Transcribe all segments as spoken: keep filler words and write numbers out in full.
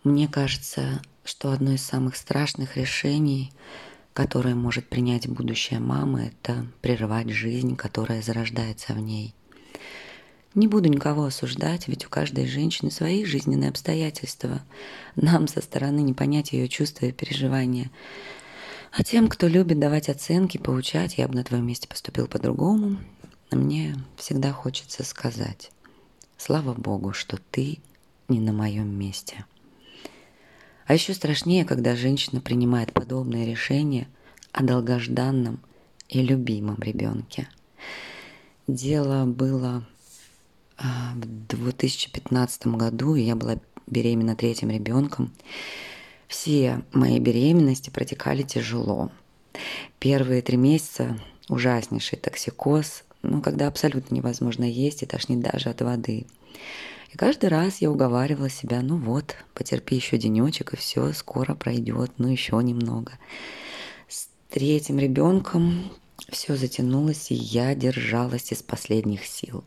Мне кажется, что одно из самых страшных решений, которое может принять будущая мама, это прерывать жизнь, которая зарождается в ней. Не буду никого осуждать, ведь у каждой женщины свои жизненные обстоятельства. Нам со стороны не понять ее чувства и переживания. А тем, кто любит давать оценки, поучать, я бы на твоем месте поступил по-другому, мне всегда хочется сказать: слава Богу, что ты не на моем месте. А еще страшнее, когда женщина принимает подобное решение о долгожданном и любимом ребенке. Дело было в две тысячи пятнадцатом году, и я была беременна третьим ребенком. Все мои беременности протекали тяжело. Первые три месяца ужаснейший токсикоз, ну, когда абсолютно невозможно есть и тошнит даже от воды. И каждый раз я уговаривала себя: ну вот, потерпи еще денечек, и все скоро пройдет, ну еще немного. С третьим ребенком все затянулось, и я держалась из последних сил.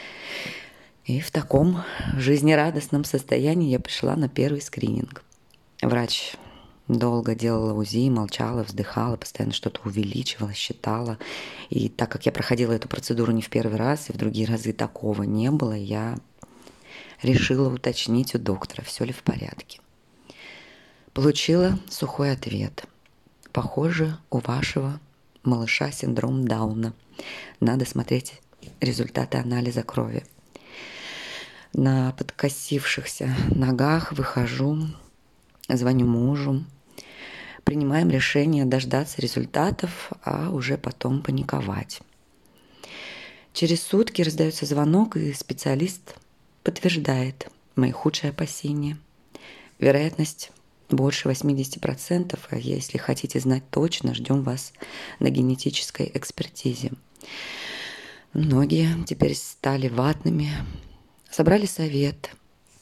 И в таком жизнерадостном состоянии я пришла на первый скрининг. Врач долго делала УЗИ, молчала, вздыхала, постоянно что-то увеличивала, считала. И так как я проходила эту процедуру не в первый раз, и в другие разы такого не было, я решила уточнить у доктора, все ли в порядке. Получила сухой ответ: похоже, у вашего малыша синдром Дауна. Надо смотреть результаты анализа крови. На подкосившихся ногах выхожу, звоню мужу, принимаем решение дождаться результатов, а уже потом паниковать. Через сутки раздается звонок, и специалист подтверждает мои худшие опасения. Вероятность больше восемьдесят процентов, а если хотите знать точно, ждем вас на генетической экспертизе. Ноги теперь стали ватными. Собрали совет.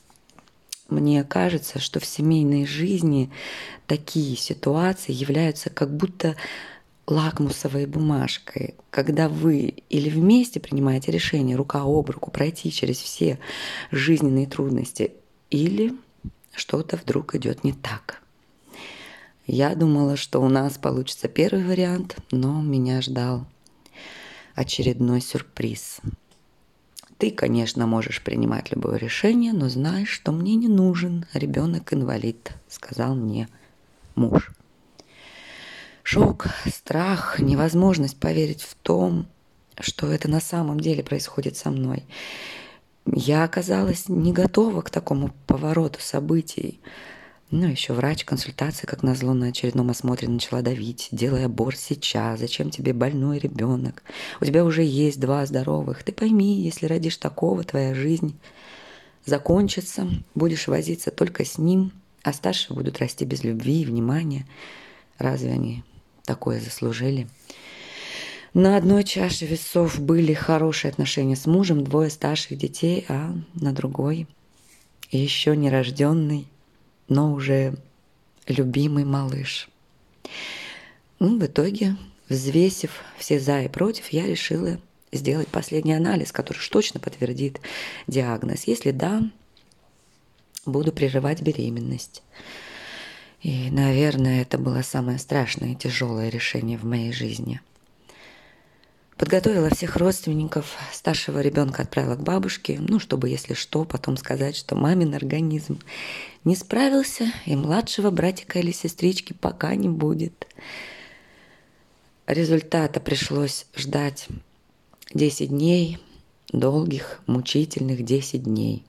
Мне кажется, что в семейной жизни такие ситуации являются как будто лакмусовой бумажкой, когда вы или вместе принимаете решение рука об руку пройти через все жизненные трудности, или что-то вдруг идет не так. Я думала, что у нас получится первый вариант, но меня ждал очередной сюрприз. Ты, конечно, можешь принимать любое решение, но знаешь, что мне не нужен ребенок-инвалид, сказал мне муж. Шок, страх, невозможность поверить в том, что это на самом деле происходит со мной. Я оказалась не готова к такому повороту событий. Ну, еще врач, консультация, как назло, на очередном осмотре начала давить. Делай аборт сейчас, зачем тебе больной ребенок? У тебя уже есть два здоровых. Ты пойми, если родишь такого, твоя жизнь закончится, будешь возиться только с ним, а старшие будут расти без любви и внимания. Разве они такое заслужили? На одной чаше весов были хорошие отношения с мужем, двое старших детей, а на другой еще нерожденный, но уже любимый малыш. Ну, в итоге, взвесив все за и против, я решила сделать последний анализ, который уж точно подтвердит диагноз. Если да, буду прерывать беременность. И, наверное, это было самое страшное и тяжелое решение в моей жизни. Подготовила всех родственников, старшего ребенка отправила к бабушке, ну, чтобы, если что, потом сказать, что мамин организм не справился, и младшего братика или сестрички пока не будет. Результата пришлось ждать десять дней, долгих, мучительных десять дней.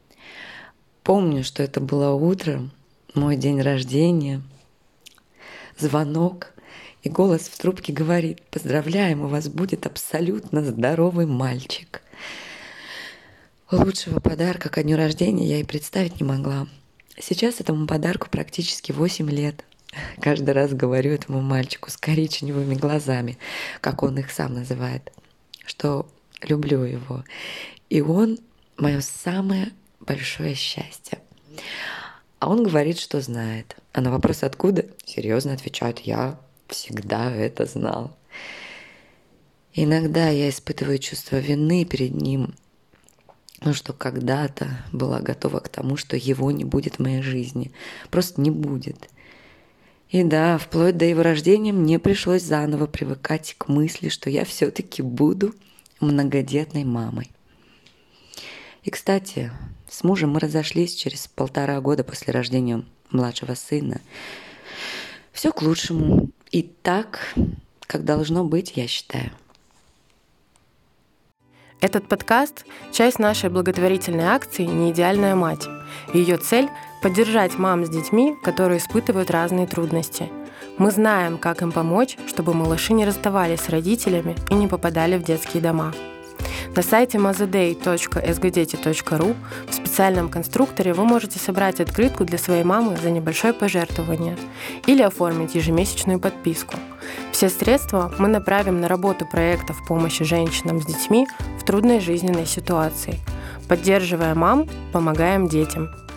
Помню, что это было утро, мой день рождения, звонок, и голос в трубке говорит: поздравляем, у вас будет абсолютно здоровый мальчик. Лучшего подарка ко дню рождения я и представить не могла. Сейчас этому подарку практически восемь лет. Каждый раз говорю этому мальчику с коричневыми глазами, как он их сам называет, что люблю его. И он мое самое большое счастье. А он говорит, что знает. А на вопрос «откуда?» серьезно отвечает: я всегда это знал. Иногда я испытываю чувство вины перед ним ну, что когда-то была готова к тому, что его не будет в моей жизни. Просто не будет. И да, вплоть до его рождения мне пришлось заново привыкать к мысли, что я все-таки буду многодетной мамой. И, кстати, с мужем мы разошлись через полтора года после рождения младшего сына. Все к лучшему. И так, как должно быть, я считаю. Этот подкаст – часть нашей благотворительной акции «Неидеальная мать». Ее цель – поддержать мам с детьми, которые испытывают разные трудности. Мы знаем, как им помочь, чтобы малыши не расставались с родителями и не попадали в детские дома. На сайте mazaday точка эс джи дети точка ру в специальном конструкторе вы можете собрать открытку для своей мамы за небольшое пожертвование или оформить ежемесячную подписку. Все средства мы направим на работу проектов помощи женщинам с детьми в трудной жизненной ситуации. Поддерживая мам, помогаем детям.